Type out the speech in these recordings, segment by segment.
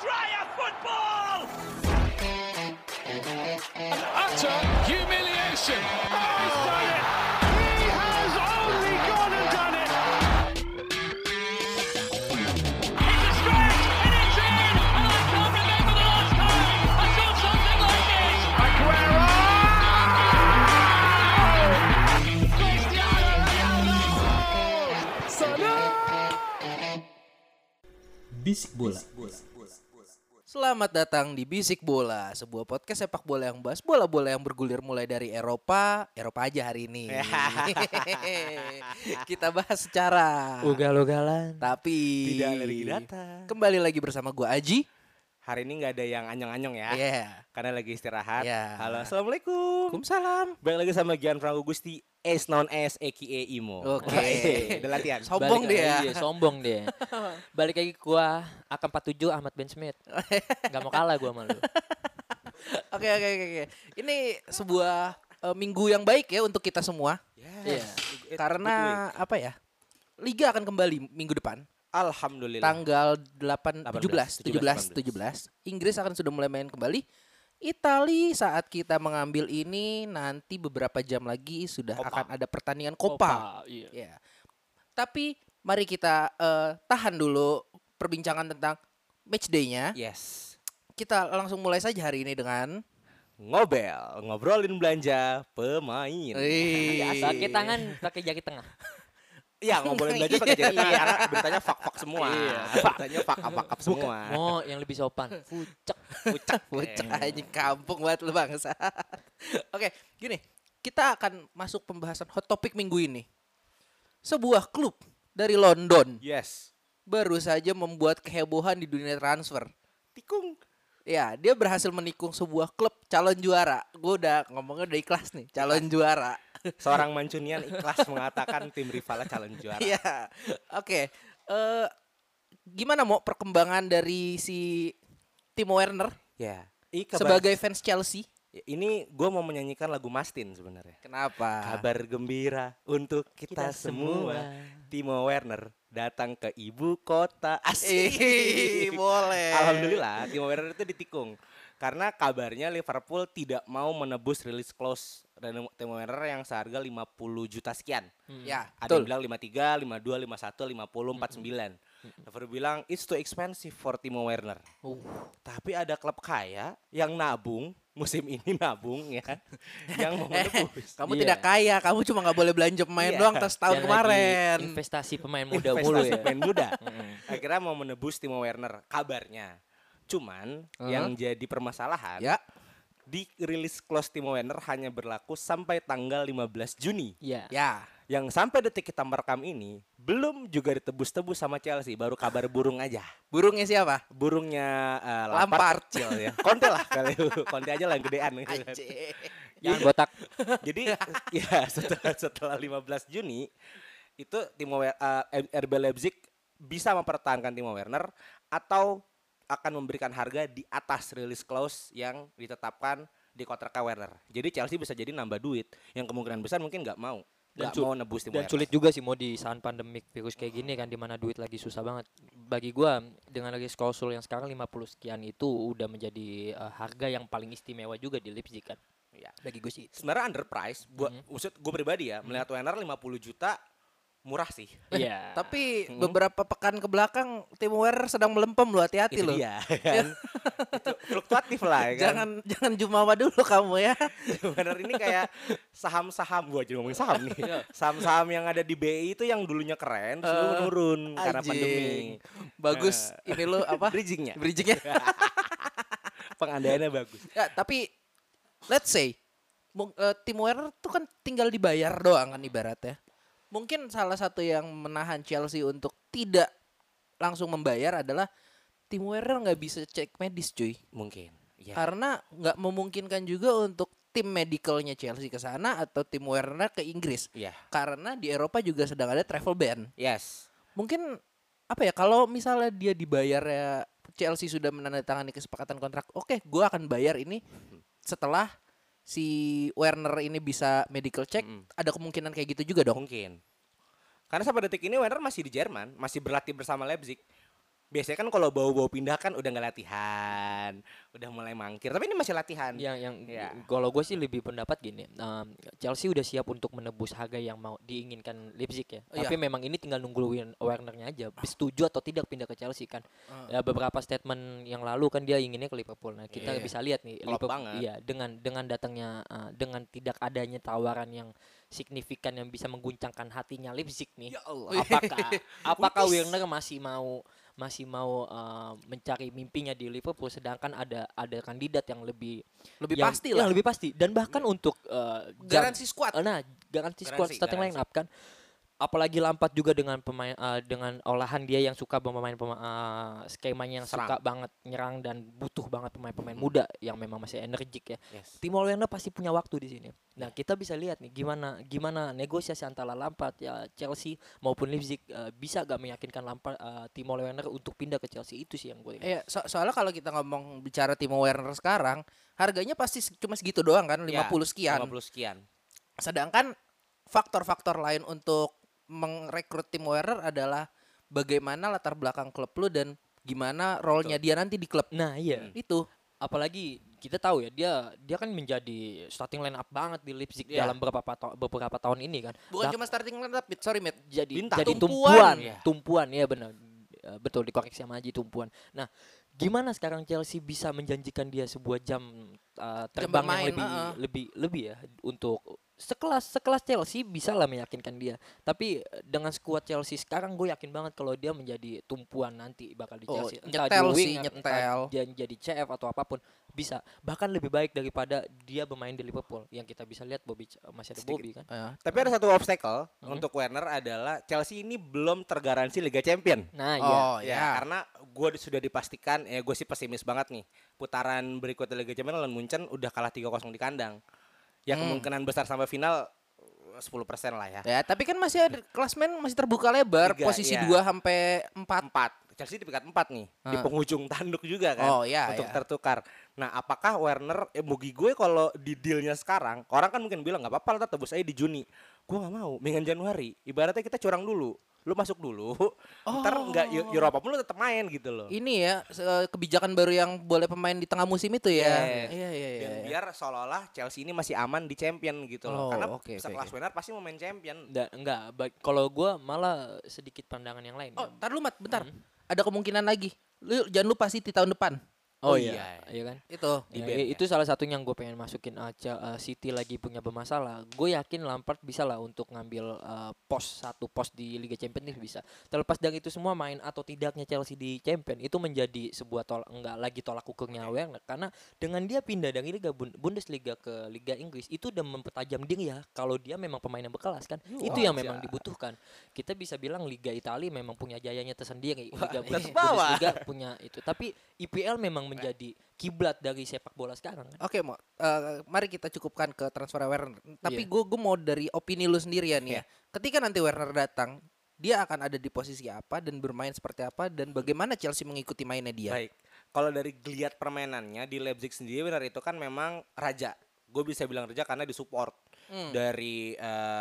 Triumph football! An utter humiliation. Oh, he's done it. He has only gone and done it. It's a stretch and it's in! And I can't remember the last time I saw something like this! Aguero! Cristiano Ronaldo! Bisik Bola. Selamat datang di Bisik Bola, sebuah podcast sepak bola yang bahas bola-bola yang bergulir mulai dari Eropa aja hari ini. Kita bahas secara Ugal-ugalan. tapi Tidak lagi data. Kembali lagi bersama gua Aji. Hari ini nggak ada yang anyong-anyong ya, Iya. karena lagi istirahat. Iya. Halo, assalamualaikum. Waalaikumsalam. Balik lagi sama Gianfranco Gusti, as known as aka Imo. Oke. Udah latihan. Sombong dia. Iya, sombong dia. Balik lagi ke gua AK47 Ahmad Ben Smith. Gak mau kalah gua sama lu. Oke. Ini sebuah minggu yang baik ya untuk kita semua. Iya. Karena apa ya? Liga akan kembali minggu depan. Alhamdulillah. Tanggal 17 17. Inggris akan sudah mulai main kembali. Itali saat kita mengambil ini nanti beberapa jam lagi sudah Copa. akan ada pertandingan Copa. Iya. Ya. Tapi mari kita tahan dulu perbincangan tentang match day-nya. Yes. Kita langsung mulai saja hari ini dengan Ngobrolin belanja pemain. Pakai tangan, pakai jaki tengah. Iya, ngobrolin belanja pakai jari tangan karena beritanya fak-fak semua. Iya. Beritanya fak-fak semua. Oh, yang lebih sopan. Fucek. Bocah anjing kampung banget lu bangsa. Oke, gini. Kita akan masuk pembahasan hot topic minggu ini. Sebuah klub dari London Yes. baru saja membuat kehebohan di dunia transfer. Tikung. Ya, dia berhasil menikung sebuah klub calon juara. Gue udah ngomongnya udah ikhlas nih, calon juara. Seorang Mancunian ikhlas mengatakan tim rivalnya calon juara. Iya. Oke. Gimana mau perkembangan dari si Timo Werner Ya. sebagai fans Chelsea? Ini gue mau menyanyikan lagu Mastin sebenarnya. Kenapa? Kabar gembira untuk kita semua. Timo Werner datang ke ibu kota. Asik. Boleh. Alhamdulillah Timo Werner itu ditikung. Karena kabarnya Liverpool tidak mau menebus release clause Timo Werner yang seharga 50 juta sekian. Ya, Ada yang betul. bilang 53, 52, 51, 50, 49. Liverpool bilang it's too expensive for Timo Werner. Tapi ada klub kaya yang nabung musim ini ya, yang mau menebus. Kamu Iya. tidak kaya, kamu cuma nggak boleh belanja pemain Iya. doang tas tahun Dan kemarin. lagi investasi pemain muda mulu Investasi ya. pemain muda. Akhirnya mau menebus Timo Werner kabarnya. Cuman yang jadi permasalahan Ya. di rilis clause Timo Werner hanya berlaku sampai tanggal 15 Juni. Iya. Ya. Yang sampai detik kita merekam ini belum juga ditebus-tebus sama Chelsea, baru kabar burung aja. Burungnya siapa? Burungnya Lampard. kecil ya. Konte lah kali Konte aja lah yang gedean gitu kan. Anjing. Yang botak. Jadi ya setelah 15 Juni itu RB Leipzig bisa mempertahankan Timo Werner atau akan memberikan harga di atas release clause yang ditetapkan di kontrak Werner. Jadi Chelsea bisa jadi nambah duit yang kemungkinan besar mungkin nggak mau. Dan Nggak mau nebus Timo Dan Werner. sulit juga sih mau di saat pandemik virus kayak gini kan, di mana duit lagi susah banget. Bagi gua dengan release klausul yang sekarang 50 sekian itu udah menjadi harga yang paling istimewa juga di Leipzig kan. Ya. Bagi gue sih. Sebenarnya underprice buat maksud gue pribadi ya, melihat Werner 50 juta murah sih. Iya. Tapi beberapa pekan ke belakang Timo Werner sedang melempem lo, hati-hati Itu lo. dia kan. Itu fluktuatif lah ya kan. Jangan jumawa dulu kamu ya. Werner ini kayak saham-saham, gua jadi ngomongin saham nih. Saham-saham yang ada di BI itu yang dulunya keren, terus menurun karena Anjing. pandemi. Bagus ini lo apa? Bridgingnya, Bridgingnya. pengandaiannya bagus. Ya, tapi let's say Timo Werner tuh kan tinggal dibayar doang kan ibaratnya. Mungkin salah satu yang menahan Chelsea untuk tidak langsung membayar adalah Timo Werner nggak bisa cek medis cuy. Mungkin. Ya. Karena nggak memungkinkan juga untuk tim medicalnya Chelsea ke sana atau Timo Werner ke Inggris. Iya. Karena di Eropa juga sedang ada travel ban. Yes. Mungkin apa ya, kalau misalnya dia dibayar ya, Chelsea sudah menandatangani kesepakatan kontrak. Oke, gue akan bayar ini setelah si Werner ini bisa medical check. Ada kemungkinan kayak gitu juga dong. Mungkin. Karena sampai detik ini Werner masih di Jerman, masih berlatih bersama Leipzig. biasanya kan kalau bau-bau pindah kan udah nggak latihan, udah mulai mangkir. Tapi ini masih latihan. Yang Ya. kalau gue sih lebih pendapat gini, Chelsea udah siap untuk menebus harga yang mau diinginkan Leipzig ya. Iya. Tapi memang ini tinggal nunggu Werner-nya aja, setuju atau tidak pindah ke Chelsea kan. Ya, beberapa statement yang lalu kan dia inginnya ke Liverpool. Nah kita Iya. bisa lihat nih Klop banget. iya dengan datangnya dengan tidak adanya tawaran yang signifikan yang bisa mengguncangkan hatinya Leipzig nih. Ya Allah. Apakah Werner masih mau mencari mimpinya di Liverpool, sedangkan ada kandidat yang lebih pasti lah. lebih pasti, dan bahkan untuk Garansi squad. garansi squad Garansi, starting line up kan, apalagi Lampard juga dengan pemain dengan olahan dia yang suka bermain skemanya yang suka banget nyerang dan butuh banget pemain-pemain muda yang memang masih energik ya. Yes. Timo Werner pasti punya waktu di sini. Nah, kita bisa lihat nih gimana negosiasi antara Lampard ya Chelsea maupun Leipzig bisa gak meyakinkan Lampard Timo Werner untuk pindah ke Chelsea. Itu sih yang gue lihat. Iya, soalnya kalau kita ngomong bicara Timo Werner sekarang, harganya pasti cuma segitu doang kan, 50 sekian. 50 sekian. Sedangkan faktor-faktor lain untuk merekrut Timo Werner adalah bagaimana latar belakang klub lu dan gimana role-nya dia nanti di klub. Nah, iya. Itu. Apalagi kita tahu ya dia kan menjadi starting line up banget di Leipzig Iya. dalam beberapa tahun ini kan. Bukan cuma starting line up, sorry Matt. Bintang. Jadi Tumpuan. tumpuan ya benar. Betul, dikoreksi sama Aji, tumpuan. Nah, gimana sekarang Chelsea bisa menjanjikan dia sebuah jam terbang bermain, yang lebih ya untuk sekelas Chelsea bisa lah meyakinkan dia. Tapi dengan skuad Chelsea sekarang gue yakin banget kalau dia menjadi tumpuan nanti bakal di Oh, Chelsea. nyetel di sih, winger, nyetel. entah dia jadi CF atau apapun bisa. Bahkan lebih baik daripada dia bermain di Liverpool yang kita bisa lihat masih ada Bobby kan. Tapi ada satu obstacle untuk Werner adalah Chelsea ini belum tergaransi Liga Champion. Nah, Oh iya. Ya, karena gue sudah dipastikan, gue sih pesimis banget nih. Putaran berikutnya Liga Champions lawan Munchen udah kalah 3-0 di kandang. Ya kemungkinan besar sampai final 10% lah ya. Ya, tapi kan masih ada klasmen masih terbuka lebar, Tiga, posisi iya. 2 sampai 4. 4. Chelsea di peringkat 4 nih, di penghujung tanduk juga kan. Oh, iya, untuk iya. tertukar. Nah, apakah Werner bagi gue kalau di dealnya sekarang, orang kan mungkin bilang nggak apa-apa lah tebus aja di Juni. Gue nggak mau, mendingan Januari. Ibaratnya kita curang dulu. Lu masuk dulu, ntar nggak Eropa pun lu tetap main gitu loh. Ini ya kebijakan baru yang boleh pemain di tengah musim itu ya. Yes. Iya. Dan biar seolah-olah Chelsea ini masih aman di Champion gitu Oh, loh. Karena oke, sekelas Werner pasti mau main Champion. Enggak, kalau gue malah sedikit pandangan yang lain. Oh, tar lu Mat, bentar. Ada kemungkinan lagi. Lu jangan lupa City tahun depan. Oh iya. iya kan. Itu. Di Ya, band, itu salah satunya yang gue pengen masukin City lagi punya bermasalah. Gue yakin Lampard bisa lah untuk ngambil satu pos di Liga Champions ini bisa. Terlepas dari itu semua, main atau tidaknya Chelsea di Champions itu menjadi sebuah enggak lagi tolak ukurnya Werner, karena dengan dia pindah dari Liga Bundesliga ke Liga Inggris itu udah mempertajam diri ya kalau dia memang pemain yang berkelas kan. Itu yang memang dibutuhkan. Kita bisa bilang Liga Italia memang punya jayanya tersendiri. Liga Bundesliga punya itu. Tapi IPL memang menjadi kiblat dari sepak bola sekarang kan. Oke, mari kita cukupkan ke transfer Werner. Tapi Iya. gue mau dari opini lu sendirian ya. Ketika nanti Werner datang, dia akan ada di posisi apa dan bermain seperti apa dan bagaimana Chelsea mengikuti mainnya dia. Baik. Kalau dari geliat permainannya di Leipzig sendiri, Werner itu kan memang raja. Gue bisa bilang raja karena disupport dari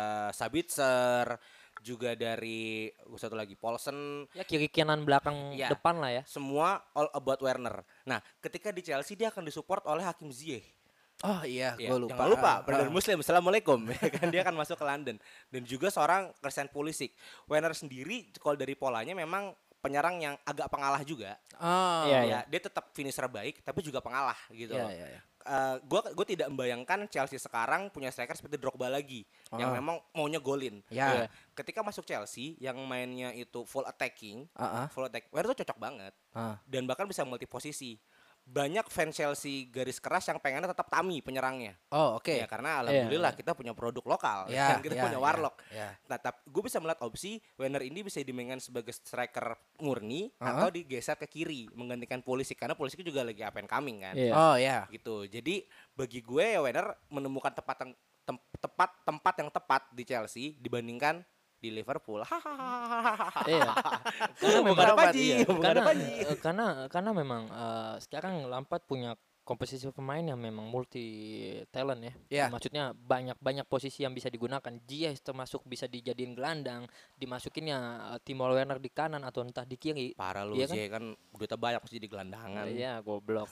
Sabitzer, juga dari satu lagi Paulsen. Ya kiri kanan belakang Ya. depan lah ya. Semua all about Werner. Nah, ketika di Chelsea dia akan disupport oleh Hakim Ziyech. Oh iya, Ya, gue lupa. jangan lupa, brother Muslim, assalamualaikum. Ya kan dia akan masuk ke London. Dan juga seorang Christian Pulisic. Werner sendiri kalau dari polanya memang penyerang yang agak pengalah juga. Oh, Iya, Ya, dia tetap finisher baik, tapi juga pengalah gitu loh. Iya. Gue tidak membayangkan Chelsea sekarang punya striker seperti Drogba lagi, yang memang maunya golin. Ya. Ketika masuk Chelsea yang mainnya itu full attacking, Ah. full attack, Werner tuh cocok banget dan bahkan bisa multi posisi. Banyak fans Chelsea garis keras yang pengennya tetap Tammy penyerangnya. Oh, oke. Ya karena alhamdulillah kita punya produk lokal, Ya, kan? Kita ya, punya ya, Warlock. ya. Nah, gue bisa melihat opsi Werner ini bisa dimainkan sebagai striker murni atau digeser ke kiri menggantikan Pulisic karena Pulisic juga lagi up and coming kan. Iya. Oh ya. Gitu. Jadi bagi gue ya Werner menemukan tempat yang tepat di Chelsea dibandingkan di Liverpool. Iya. Karena Bukan apa, Ji? iya. Bukan apa, Ji? Karena memang sekarang Lampard punya komposisi pemain yang memang multi talent ya. Ya. Maksudnya banyak posisi yang bisa digunakan. Ziyech termasuk bisa dijadiin gelandang, dimasukinnya Timo Werner di kanan atau entah di kiri. Parah lu Iya kan? sih kan duitnya banyak mesti di gelandangan. Iya, goblok.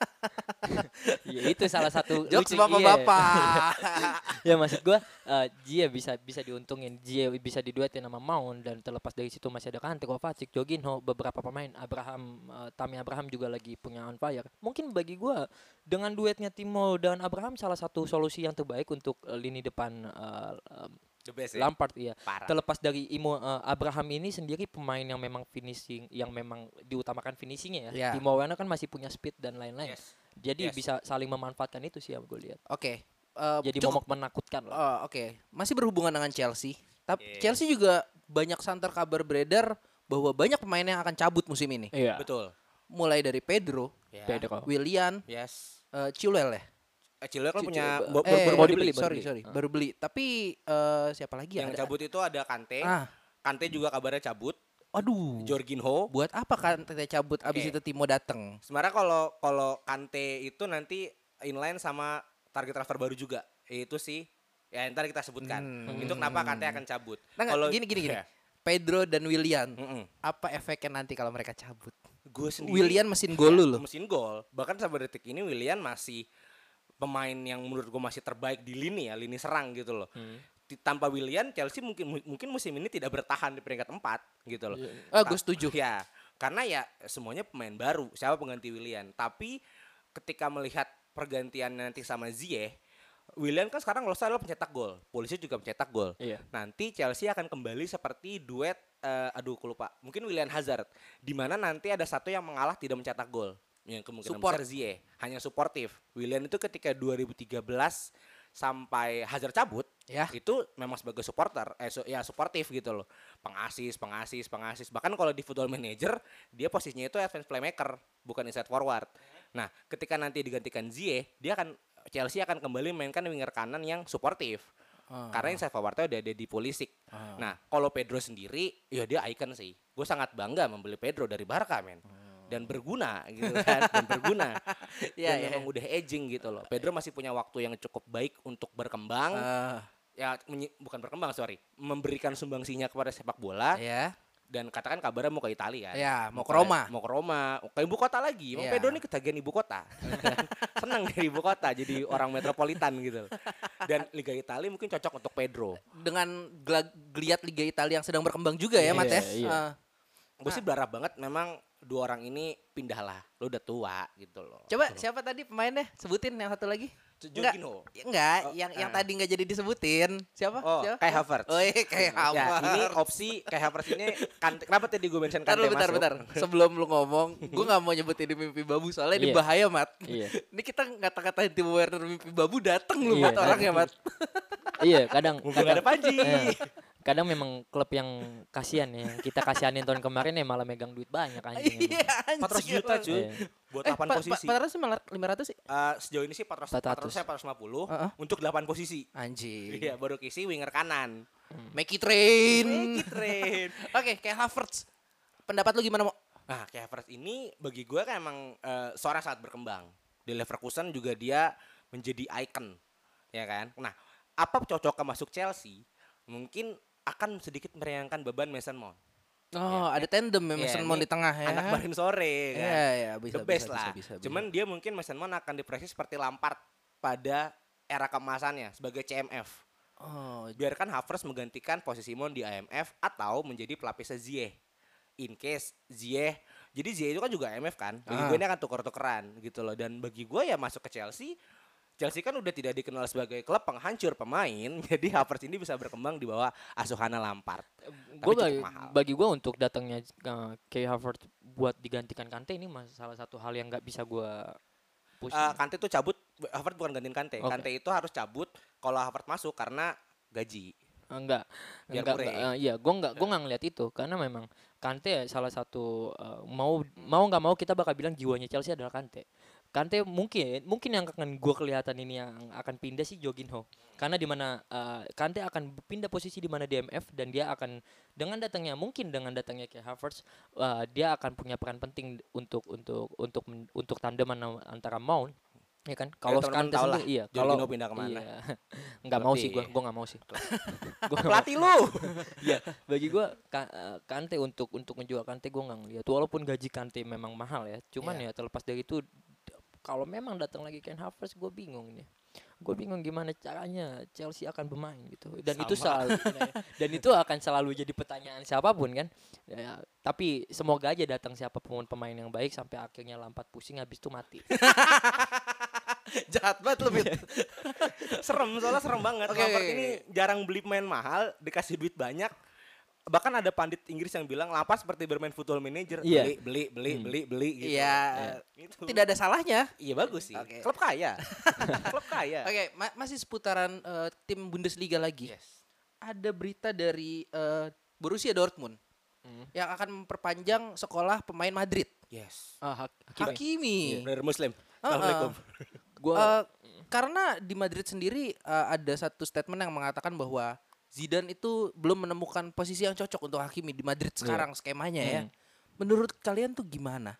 Ya itu salah satu Jokes lucu, iya. bapak-bapak. Ya maksud gua Ziyech bisa diuntungin, Ziyech bisa diduetin sama Mount, dan terlepas dari situ masih ada Kante, Kovacic, Jorginho, beberapa pemain, Tammy Abraham juga lagi punya on fire. Mungkin bagi gua dengan duetnya Timo dan Abraham salah satu solusi yang terbaik untuk lini depan The best ya. Lampard ya. Parah. Terlepas dari Abraham ini sendiri pemain yang memang finishing, yang memang diutamakan finishingnya ya. Ya. Timo Werner kan masih punya speed dan lain-lain. Yes. Jadi Yes. bisa saling memanfaatkan itu sih yang gue lihat. Oke. Jadi cukup- momok menakutkan lah. Oh, oke. Masih berhubungan dengan Chelsea. Tapi Yeah. Chelsea juga banyak santer kabar beredar bahwa banyak pemain yang akan cabut musim ini. Iya. Betul. Mulai dari Pedro, Ya. Pedro. Willian, Yes. Chilwell ya. Chilwell kan punya baru dibeli. Baru beli. Tapi siapa lagi ya? yang cabut itu ada Kante. Ah, Kante juga kabarnya cabut. aduh. Jorginho. Buat apa kan Tete cabut abis Oke. itu Timo dateng? Sebenarnya kalau Kante itu nanti inline sama target transfer baru juga. Itu sih ya ntar kita sebutkan. Itu kenapa Kante akan cabut. Nah, gini. Ya. Pedro dan Willian. Mm-mm. Apa efeknya nanti kalau mereka cabut? Gue sendiri Willian mesin gol lu loh. mesin gol. Bahkan sampai detik ini Willian masih pemain yang menurut gue masih terbaik di lini serang gitu loh. Tanpa Willian Chelsea mungkin musim ini tidak bertahan di peringkat 4 gitu loh. Gue setuju. Ya, karena ya semuanya pemain baru. Siapa pengganti Willian? Tapi ketika melihat pergantian nanti sama Ziyech, Willian kan sekarang lolos adalah pencetak gol. Polisi juga pencetak gol. Iya. Nanti Chelsea akan kembali seperti duet aku lupa. Mungkin Willian Hazard di mana nanti ada satu yang mengalah tidak mencetak gol. Yang kemungkinan Support. besar Ziyech, hanya suportif. Willian itu ketika 2013 sampai Hazard cabut, Ya. itu memang sebagai supporter, suportif gitu loh. Pengasis. Bahkan kalau di Football Manager, dia posisinya itu advance playmaker, bukan inside forward. Nah, ketika nanti digantikan Ziyech, Chelsea akan kembali mainkan winger kanan yang suportif. Karena inside forwardnya udah ada di Pulisic. Nah, kalau Pedro sendiri, ya dia icon sih. Gue sangat bangga membeli Pedro dari Barca, men. Dan berguna gitu kan, Iya, dan iya. memang udah aging gitu loh. Pedro masih punya waktu yang cukup baik untuk berkembang. Ya bukan berkembang, memberikan sumbangsinya kepada sepak bola. Ya. Dan katakan kabarnya mau ke Italia kan. Ya, mau ke Roma. Mau ke Roma, ke ibu kota lagi. Emang Iya. Pedro nih ketagihan ibu kota. Senang dari ibu kota, jadi orang metropolitan gitu. Dan Liga Italia mungkin cocok untuk Pedro. Dengan geliat Liga Italia yang sedang berkembang juga ya, Mat ya. Iya. Gue sih berharap banget memang dua orang ini pindahlah. Lo udah tua gitu loh. Coba siapa tadi pemainnya? Sebutin yang satu lagi. Jorginho. Enggak, yang tadi enggak jadi disebutin. Siapa? Oh, Siapa? Kai Havertz. Oh, kayak Ya, Havertz. ini opsi Kai Havertz ini kenapa tadi gue mention Bentar, Kante bentar, masuk? bentar. Sebelum lu ngomong, gue gak mau nyebutin di mimpi babu soalnya ini Iya. bahaya, Mat. Iya. Ini kita ngata-ngatain Timo Werner mimpi babu dateng lu, Iya, Mat, orangnya, Mat. Iya, kadang Mumpung ada Panji. kadang memang klub yang kasihan ya. Kita kasihanin tahun kemarin ya malah megang duit banyak anjing. Iya, emang. 400 juta anjing. cuy. Iya. Buat 8 posisi. 400 sih malah 500 sih. Sejauh ini sih 400 450 Heeh. untuk 8 posisi. Anjing. Iya, baru kisi winger kanan. Make it rain. Make it rain. Oke, kayak Havertz. Pendapat lu gimana, Mo? Nah, kayak Havertz ini bagi gue kan emang seorang sangat berkembang. Di Leverkusen juga dia menjadi icon, ya kan? Nah, apa cocoknya masuk Chelsea? Mungkin akan sedikit meringankan beban Mason Mount. Oh, ada tandem ya Iya, Mason Mount ini di tengah ya. Anak barin sore kan. Iya, iya, bisa, The best bisa, lah. bisa. Cuman dia mungkin Mason Mount akan diproyeksi seperti Lampard pada era keemasannya sebagai CMF. Oh, Biarkan Havertz menggantikan posisi Mount di IMF atau menjadi pelapisnya Ziyech. In case Ziyech, jadi Ziyech itu kan juga IMF kan. Bagi gue ini akan tuker-tukeran gitu loh. Dan bagi gue ya masuk ke Chelsea kan udah tidak dikenal sebagai klub penghancur pemain. Jadi Havertz ini bisa berkembang di bawah asuhannya Lampard. Gue Tapi cukup mahal. bagi gue untuk datangnya Kai Havertz buat digantikan Kante ini salah satu hal yang nggak bisa gue push. Kante tuh cabut, Havertz bukan gantiin Kante. Oke. Kante itu harus cabut kalau Havertz masuk karena gaji. Enggak, Biar enggak, murah. iya, gue nggak ngeliat itu karena memang Kante ya salah satu mau nggak mau kita bakal bilang jiwanya Chelsea adalah Kante. Kante mungkin yang akan gue kelihatan ini yang akan pindah sih Jorginho karena di mana Kante akan pindah posisi di mana DMF dan dia akan dengan datangnya kayak Havertz dia akan punya peran penting untuk tandeman antara Mount Ya kan, kalau teman-teman Kante tahu lah, sendiri iya, Jorginho kalau pindah kemana. Iya. Nggak mau sih Tapi- gua nggak mau sih. Gua nggak mau. Pelatih lu. Iya, bagi gua Kante untuk ngejual Kante gua nggak ngeliat. Walaupun gaji Kante memang mahal ya, cuman ya terlepas dari itu kalau memang datang lagi Kai Havertz gua bingung nih. Gue bingung gimana caranya Chelsea akan bermain gitu. Dan itu selalu dan itu akan selalu jadi pertanyaan siapapun kan. Ya, tapi semoga aja datang siapapun pemain yang baik sampai akhirnya Lampard pusing habis itu mati. Jahat banget lu, Mit. Soalnya serem banget. Oke, Lampard oke, ini jarang beli pemain mahal, dikasih duit banyak. Bahkan ada pandit Inggris yang bilang Lampard seperti bermain football manager, Iya. beli gitu. Iya. Gitu. Tidak ada salahnya. Iya bagus sih. Oke. Klub kaya. Klub kaya. Oke, masih seputaran tim Bundesliga lagi. Yes. Ada berita dari Borussia Dortmund yang akan memperpanjang sekolah pemain Madrid. Yes. Hakimi. Bener Muslim. Ah, Assalamualaikum. Gua Karena di Madrid sendiri ada satu statement yang mengatakan bahwa Zidane itu belum menemukan posisi yang cocok untuk Hakimi di Madrid sekarang skemanya ya. Menurut kalian tuh gimana?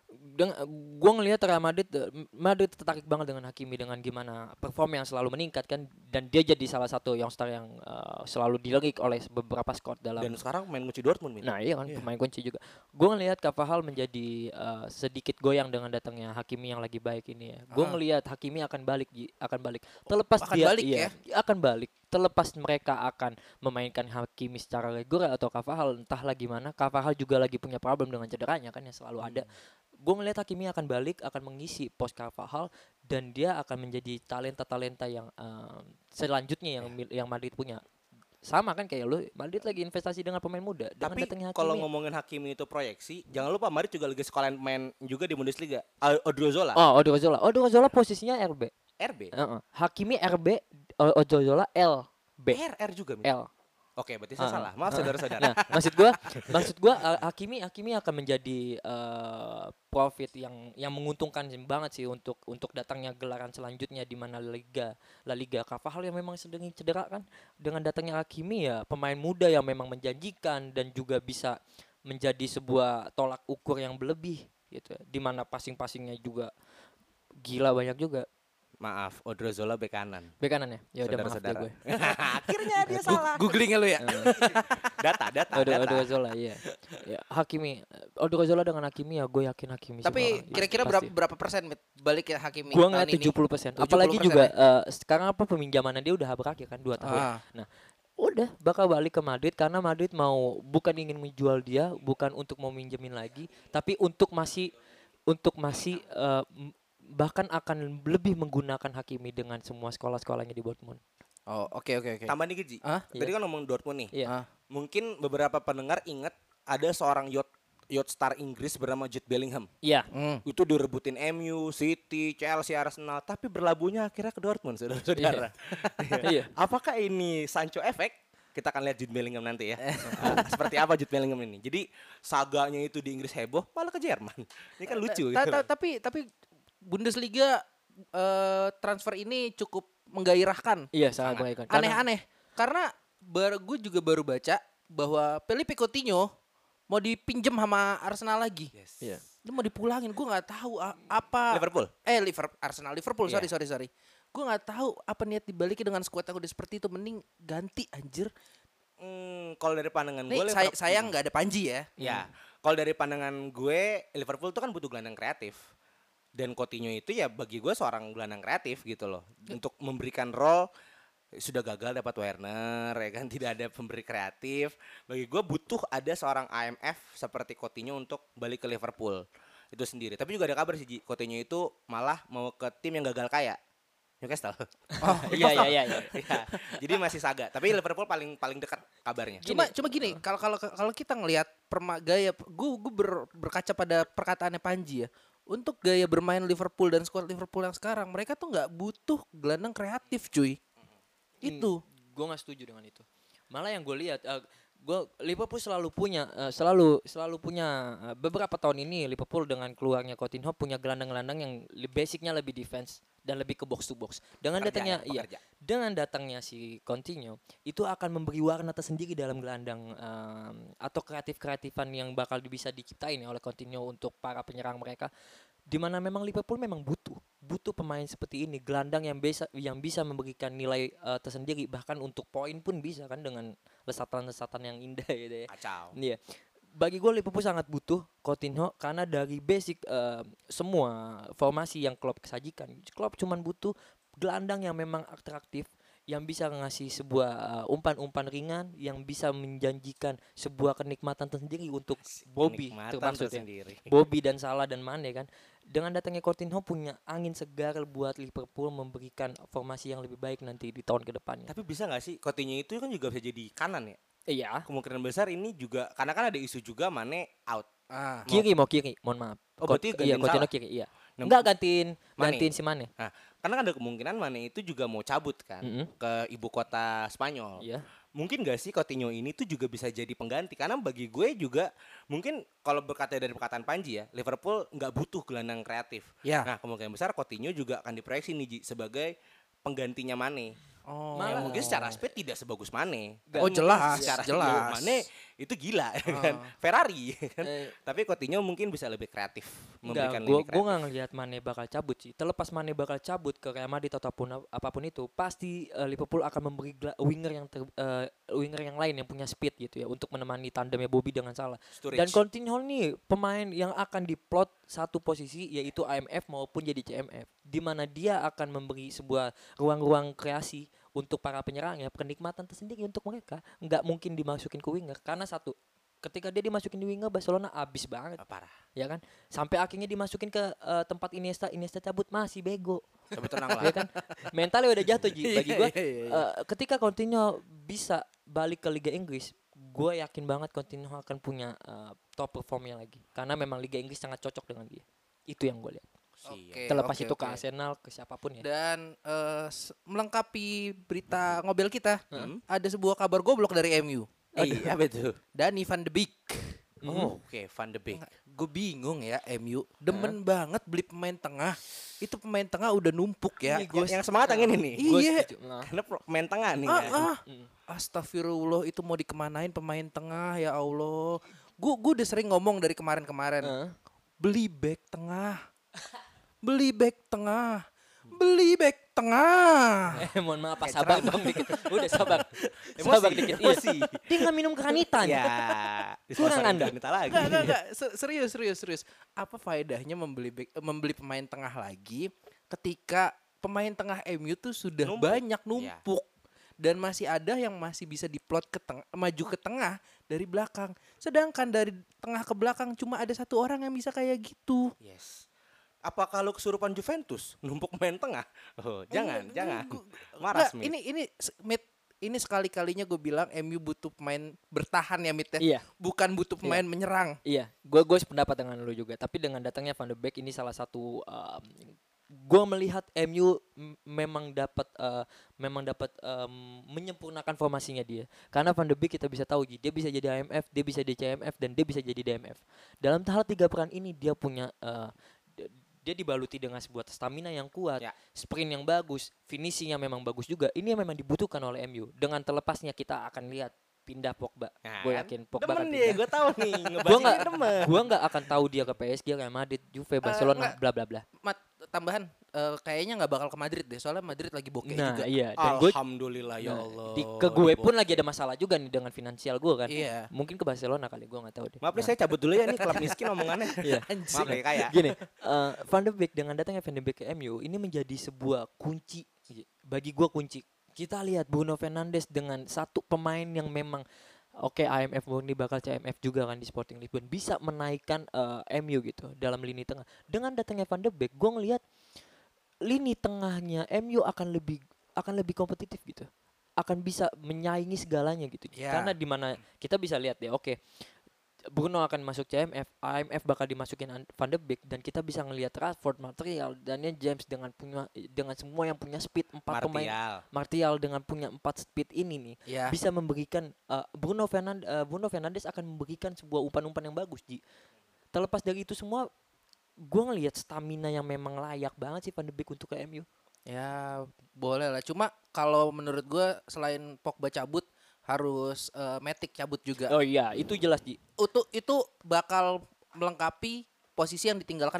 gue ngelihat Real Madrid tertarik banget dengan Hakimi dengan gimana perform yang selalu meningkat kan, dan dia jadi salah satu youngster yang selalu dilirik oleh beberapa squad dalam. Dan sekarang main kunci Dortmund. Min. Nah iya kan, pemain kunci juga. Gue ngelihat Carvajal menjadi sedikit goyang dengan datangnya Hakimi yang lagi baik ini ya. Gue ngelihat Hakimi akan balik. Terlepas Akan dia balik iya, akan balik. Terlepas mereka akan memainkan Hakimi secara reguler atau Carvajal entahlah gimana. Carvajal juga lagi punya problem dengan cederanya kan yang selalu ada. Gue ngelihat Hakimi akan balik, akan mengisi pos Carvajal, dan dia akan menjadi talenta yang selanjutnya yang Madrid punya. Sama kan kayak lu, Madrid lagi investasi dengan pemain muda. Dengan Tapi datangnya kalau Hakimi. ngomongin Hakimi itu proyeksi, jangan lupa Madrid juga lagi sekalian main juga di Bundesliga. Odriozola. Oh, Odriozola posisinya RB. RB. Hakimi RB, Odriozola LB. RR juga. Min. L. Oke, berarti saya salah. Maaf saudara-saudara. Nah, maksud gua Hakimi akan menjadi profit yang menguntungkan banget sih untuk datangnya gelaran selanjutnya di mana La Liga. Carvajal yang memang sedang cedera kan, dengan datangnya Hakimi ya pemain muda yang memang menjanjikan dan juga bisa menjadi sebuah tolak ukur yang berlebih gitu ya. Di mana passing-passingnya juga gila banyak juga. Maaf, Odriozola bek kanan. Bek kanan ya? Ya udah maaf deh Saudara-saudara. gue. Akhirnya dia salah. Googling lu ya. Data. Odriozola iya. Ya, Hakimi, Odriozola dengan Hakimi ya gue yakin Hakimi. Tapi sih kira-kira pasti. berapa persen Mit, balik ya Hakimi? Gua tahun ngeliat ini? 70%. 70% Apalagi juga ya? sekarang peminjamannya dia udah berakhir kan 2 tahun. Ah. Udah bakal balik ke Madrid karena Madrid bukan ingin menjual dia, bukan untuk mau minjemin lagi, tapi untuk masih bahkan akan lebih menggunakan Hakimi dengan semua sekolah-sekolahnya di Dortmund. Oh, oke. Tambah nih Giji. Ah, Tadi kan ngomong Dortmund nih. Iya. Mungkin beberapa pendengar ingat ada seorang yacht star Inggris bernama Jude Bellingham. Iya. Itu direbutin MU, City, Chelsea, Arsenal, tapi berlabuhnya akhirnya ke Dortmund, saudara-saudara. Iya. Apakah ini Sancho efek? Kita akan lihat Jude Bellingham nanti ya. Seperti apa Jude Bellingham ini. Jadi saganya itu di Inggris heboh, malah ke Jerman. Ini kan lucu gitu. Tapi Bundesliga transfer ini cukup menggairahkan. Iya, sangat baik kan. Aneh-aneh. Karena gue juga baru baca bahwa Felipe Coutinho mau dipinjem sama Arsenal lagi. Yes. Iya. Dia mau dipulangin. Gue nggak tahu apa. Liverpool. Sorry. Gue nggak tahu apa niat dibaliknya dengan skuad yang udah seperti itu. Mending ganti anjir. Kalau dari pandangan Nih gue sayang nggak ada Panji ya. Ya, kalau dari pandangan gue Liverpool tuh kan butuh gelandang kreatif. Dan Coutinho itu ya bagi gue seorang gelandang kreatif gitu loh. Untuk memberikan role sudah gagal dapat Werner ya kan, tidak ada pemberi kreatif. Bagi gue butuh ada seorang IMF seperti Coutinho untuk balik ke Liverpool itu sendiri. Tapi juga ada kabar sih Coutinho itu malah mau ke tim yang gagal kaya. Newcastle. Oh, iya. Ya, jadi masih saga. Tapi Liverpool paling dekat kabarnya. Cuma gini, kalau kita ngelihat gaya, gue berkaca pada perkataannya Panji ya. Untuk gaya bermain Liverpool dan skuad Liverpool yang sekarang, mereka tuh nggak butuh gelandang kreatif, cuy. Itu. Gue nggak setuju dengan itu. Malah yang gue lihat, Liverpool selalu punya beberapa tahun ini Liverpool dengan keluarnya Coutinho punya gelandang-gelandang yang basicnya lebih defense dan lebih ke box to box. Dengan datangnya si Coutinho itu akan memberi warna tersendiri dalam gelandang atau kreatif-kreatifan yang bakal bisa diciptain oleh Coutinho untuk para penyerang mereka. Dimana memang Liverpool memang butuh pemain seperti ini, gelandang yang bisa memberikan nilai tersendiri, bahkan untuk poin pun bisa kan dengan lesatan-lesatan yang indah gitu ya. Kacau. Iya. Bagi gue Liverpool sangat butuh Coutinho karena dari basic semua formasi yang Klopp sajikan, Klopp cuman butuh gelandang yang memang atraktif, yang bisa ngasih sebuah umpan-umpan ringan, yang bisa menjanjikan sebuah kenikmatan tersendiri untuk Bobby Kenikmatan termasuk ya. tersendiri. Bobby dan Salah dan Mane kan. Dengan datangnya Coutinho punya angin segar buat Liverpool memberikan formasi yang lebih baik nanti di tahun kedepannya. Tapi bisa nggak sih Coutinho itu kan juga bisa jadi kanan ya? Iya. Kemungkinan besar ini juga karena kan ada isu juga Mane out. Ah. Kiri, mohon maaf. Oh, berarti Iya, gantiin Coutinho Salah? kiri, iya. Nah, Enggak Mane. gantiin si Mane. Nah, karena kan ada kemungkinan Mane itu juga mau cabut kan ke ibu kota Spanyol. Iya. Mungkin gak sih Coutinho ini tuh juga bisa jadi pengganti? Karena bagi gue juga mungkin kalau berkata dari perkataan Panji ya, Liverpool nggak butuh gelandang kreatif. Ya. Nah, kemungkinan besar Coutinho juga akan diproyeksi nih Ji, sebagai penggantinya Mane. Oh. Yang mungkin secara speed tidak sebagus Mane. Oh, jelas, Secara jelas. Mane itu gila kan. Ferrari kan. Eh. Tapi Coutinho mungkin bisa lebih kreatif memberikan Enggak, lini gue nggak ngelihat Mane bakal cabut sih. Terlepas Mane bakal cabut ke Real Madrid ataupun apapun itu, pasti Liverpool akan memberi winger yang lain yang punya speed gitu ya untuk menemani tandemnya Bobby dengan Salah. Sturridge. Dan Coutinho nih pemain yang akan diplot satu posisi yaitu IMF maupun jadi CMF, di mana dia akan memberi sebuah ruang-ruang kreasi untuk para penyerangnya, kenikmatan tersendiri untuk mereka. Nggak mungkin dimasukin ke winger karena satu, ketika dia dimasukin di winger Barcelona abis banget. Parah. Ya kan, sampai akhirnya dimasukin ke tempat Iniesta cabut masih bego. Tapi tenang lah. Ya kan, mentalnya udah jatuh Ji. Bagi gue, Iya. ketika Coutinho bisa balik ke Liga Inggris, gue yakin banget Coutinho akan punya top performnya lagi, karena memang Liga Inggris sangat cocok dengan dia. Itu yang gue lihat. Oke, Terlepas oke, itu ke oke. Arsenal, ke siapapun ya. Dan melengkapi berita ngobel kita, ada sebuah kabar goblok dari MU. Iya betul. Danny van de Beek. Oh, oke, Van de Beek. Gue bingung ya MU, demen banget beli pemain tengah. Itu pemain tengah udah numpuk ya. Yang semangat yang ini nih. Gua Iya. setuju. Nah, Karena pemain tengah nih kan. Astagfirullah, itu mau dikemanain pemain tengah ya Allah. Gue udah sering ngomong dari kemarin-kemarin. Beli back tengah. Beli back tengah. Beli back tengah. mohon maaf, Pak, sabar dong dikit. Udah sabar. Sabar dikit. emosi. Iya. Dia nggak minum kehanitan. Ya, Kurang Anda. Minta lagi. Enggak. Serius. Apa faedahnya membeli pemain tengah lagi ketika pemain tengah MU tuh sudah Numpuk. banyak numpuk. Dan masih ada yang masih bisa diplot maju ke tengah dari belakang. Sedangkan dari tengah ke belakang cuma ada satu orang yang bisa kayak gitu. Yes. Apa kalau kesurupan Juventus numpuk pemain tengah? Oh, jangan. Maras Nggak, Mit. ini sekali-kalinya gue bilang MU butuh pemain bertahan ya Mit ya. Iya. Bukan butuh pemain menyerang. Iya, gue sependapat dengan lu juga. Tapi dengan datangnya Van de Beek ini salah satu, gue melihat MU memang dapat menyempurnakan formasinya dia. Karena Van de Beek kita bisa tahu dia bisa jadi IMF, dia bisa jadi CMF, dan dia bisa jadi DMF. Dalam hal tiga peran ini dia punya dia dibaluti dengan sebuah stamina yang kuat, Ya. sprint yang bagus, finishingnya memang bagus juga. Ini yang memang dibutuhkan oleh MU. Dengan terlepasnya kita akan lihat pindah Pogba. Nah, Gue kan? yakin Pogba akan Demen dia, pindah. gue tahu nih. Gue Ngebahas nggak, ini demen. gue nggak akan tahu dia ke PSG, Real Madrid, Juve, Barcelona, enggak. bla bla bla. Tambahan kayaknya nggak bakal ke Madrid deh, soalnya Madrid lagi bokeh Nah juga. iya, dan gue Alhamdulillah ya Allah. ke gue pun lagi ada masalah juga nih dengan finansial gue kan. Iya. Mungkin ke Barcelona kali, gue nggak tahu deh. Maaf nih saya cabut dulu ya nih klub miskin omongannya. Iya. Maaf ya kayak. Gini, Van de Beek, dengan datangnya Van de Beek ke MU ini menjadi sebuah kunci bagi gue, kunci. Kita lihat Bruno Fernandes dengan satu pemain yang memang oke, IMF murni bakal CMF juga kan di Sporting Lisbon, bisa menaikkan MU gitu dalam lini tengah. Dengan datangnya Van de Beek, gue ngelihat lini tengahnya MU akan lebih kompetitif gitu, akan bisa menyaingi segalanya gitu. Ya. Karena dimana kita bisa lihat ya, oke, Bruno akan masuk CMF, IMF bakal dimasukin Van de Beek, dan kita bisa ngelihat Rashford, Martial, Daniel James dengan semua yang punya speed, pemain Martial dengan punya 4 speed ini nih, Ya. bisa memberikan Bruno Fernandes akan memberikan sebuah umpan-umpan yang bagus, Ji. Terlepas dari itu semua, gue ngelihat stamina yang memang layak banget sih Van de Beek untuk ke MU. Ya boleh lah. Cuma kalau menurut gue selain Pogba cabut harus Matic cabut juga. Oh iya, itu jelas, Ji. Itu bakal melengkapi posisi yang ditinggalkan Matic.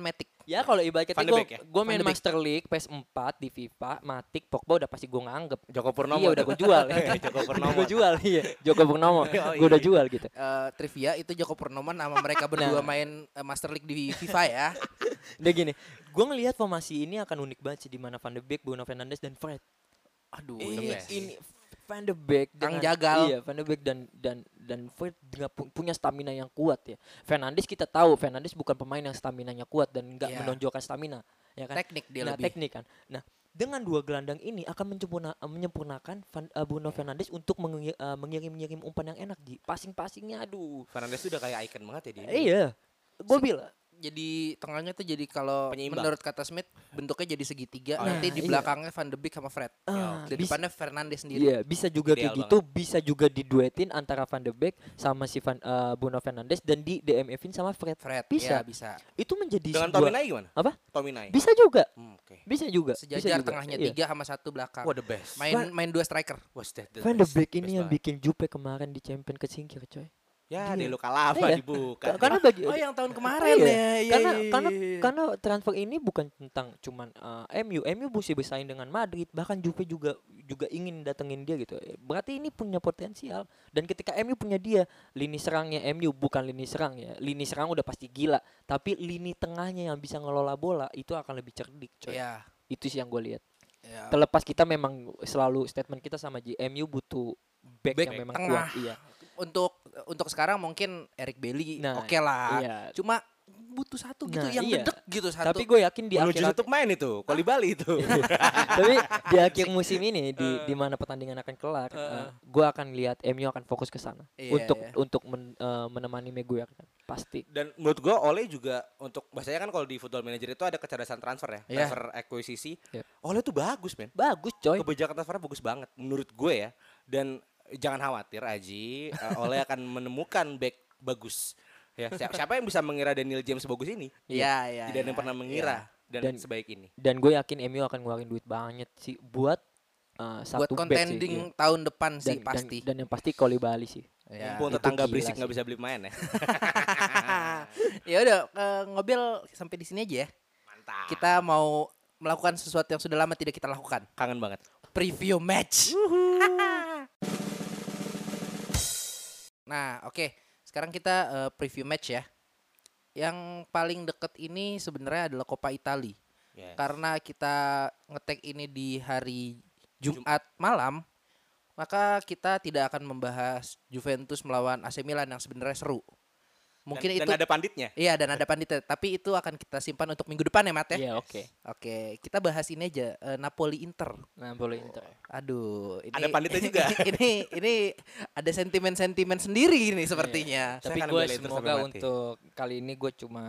Ya kalau ibaratnya Van de gue Beek ya? gue main Van de Beek. Master League PS4 di FIFA, Matic, Pogba udah pasti gue nganggep. Joko Purnomo. Iya udah gue jual. Joko Purnomo. Gue jual iya. Joko Purnomo. Oh, Gue udah iya. jual gitu. Trivia itu Joko Purnomo nama mereka berdua Nah. main Master League di FIFA ya. Udah gini, gue ngelihat formasi ini akan unik banget sih di mana Van de Beek, Bruno Fernandes dan Fred. Aduh, Ini Van de Beek Kang dengan- Jagal. Iya, Van de Beek dan Fred dengan punya stamina yang kuat ya. Fernandes kita tahu Fernandes bukan pemain yang staminanya kuat dan enggak Iya. menonjolkan stamina, ya kan? teknik dia Nah, lebih. teknik kan. Nah, dengan dua gelandang ini akan menyempurnakan Bruno Fernandes untuk mengirim umpan yang enak di passing-passingnya. Aduh. Fernandes tuh udah kayak icon banget ya dia. Iya. Gue bilang Jadi tengahnya tuh jadi kalau Penyeimbang. menurut kata Smith bentuknya jadi segitiga. Oh, nanti iya. di belakangnya Van de Beek sama Fred. Dan bisa, depannya Fernandes sendiri. iya, bisa juga Ideal kayak gitu, bisa juga diduetin antara Van de Beek sama si Bruno Fernandes dan di DMF-in sama Fred. Fred Bisa. ya, bisa. Itu menjadi Dengan sebuah Tominay gimana? apa? Tominay. Bisa juga. Oke. Bisa juga. Sejajar bisa juga. tengahnya Iya. 3 sama 1 belakang. Wah, the best. Main 2 striker. Was that the Van de best. Beek Best ini yang banget. bikin Jupe kemarin di Champion kesingkir, coy. Ya, Dia. dia luka lava Iya. dibuka. Karena bagi Oh, yang tahun kemarin Iya. ya. Iya, karena iya, karena iya. karena transfer ini bukan tentang cuman MU mesti bersaing dengan Madrid, bahkan Juve juga ingin datengin dia gitu. Berarti ini punya potensial, dan ketika MU punya dia, lini serangnya MU bukan lini serang ya. Lini serang udah pasti gila, tapi lini tengahnya yang bisa ngelola bola itu akan lebih cerdik, coy. Iya. Itu sih yang gue lihat. Iya. Terlepas kita memang selalu statement kita sama MU butuh back Back yang memang tengah. kuat, iya. Untuk sekarang mungkin Eric Bailly Nah, oke lah. iya. Cuma butuh satu gitu Nah, yang iya. gedek gitu satu. Tapi gue yakin di Menuju akhir tutup main itu, Koli Bali itu. tapi di akhir musim ini di mana pertandingan akan kelar, gue akan lihat MU akan fokus ke sana Iya, untuk iya. menemani Maguire kan. Pasti. Dan menurut gua Ole juga untuk bahasanya kan kalau di Football Manager itu ada kecerdasan transfer ya, Iya. transfer akuisisi. Iya. Ole tuh bagus, men. Bagus, coy. Kebijakan transfernya bagus banget menurut gue ya. Dan jangan khawatir Aji, Ole akan menemukan back bagus. Ya, siapa yang bisa mengira Daniel James sebagus ini? Iya, iya. Tidak ada yang iya. pernah mengira dan, Dan- sebaik ini. Dan gue yakin MU akan ngeluarin duit banyak sih buat Buat satu back sih. contending Iya. tahun depan sih Dan pasti. Dan yang pasti Koli Bali sih. Ya. Mumpung itu tetangga gila berisik sih. nggak bisa beli pemain ya. Ya udah, ngobrol sampai di sini aja ya. Mantap. Kita mau melakukan sesuatu yang sudah lama tidak kita lakukan. Kangen banget. Preview match. Nah, oke. Sekarang kita preview match ya. Yang paling deket ini sebenarnya adalah Coppa Italia. Yes. Karena kita ngetek ini di hari Jumat malam, maka kita tidak akan membahas Juventus melawan AC Milan yang sebenarnya seru. Mungkin dan itu ada panditnya. iya, dan ada panditnya, tapi itu akan kita simpan untuk minggu depan ya, Mat ya. Iya, oke. Oke, kita bahas ini aja, Napoli Inter. Nah, boleh Inter. Aduh, ini Ada panditnya juga. ini ada sentimen-sentimen sendiri ini sepertinya. Saya Tapi akan gue bela Inter semoga sampai mati. untuk kali ini gue cuma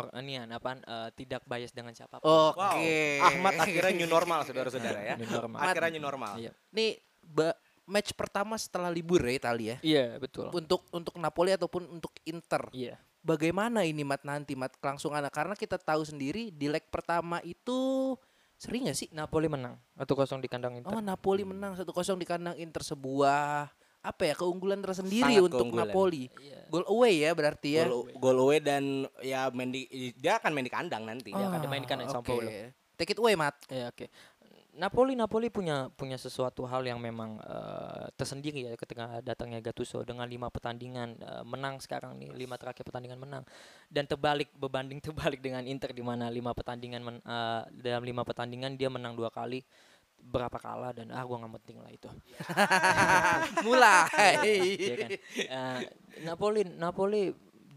tidak bias dengan siapapun. Oke. Wow. Ahmad akhirnya new normal saudara-saudara ya. New normal. Akhirnya new normal. Iya. Nih match pertama setelah libur ya Italia. Iya, betul. Untuk Napoli ataupun untuk Inter. Iya. Bagaimana ini nanti kelangsungannya, karena kita tahu sendiri di leg pertama itu sering gak sih? Napoli menang 1-0 di kandang Inter. Oh, Napoli menang 1-0 di kandang Inter, sebuah apa ya, keunggulan tersendiri Sangat untuk keunggulan. Napoli. Iya. Goal away ya berarti ya. Gol away dan ya dia akan main di kandang nanti. Dia akan dimainkan di Sao oke. Paulo. Take it away, Mat. Ya, oke. Napoli punya sesuatu hal yang memang tersendiri ya ketika datangnya Gattuso dengan 5 pertandingan menang sekarang nih, 5 terakhir pertandingan menang, dan berbanding terbalik dengan Inter di mana 5 pertandingan dalam 5 pertandingan dia menang 2 kali, berapa kalah, dan gua nggak penting lah itu. Mulai. Ya kan? Napoli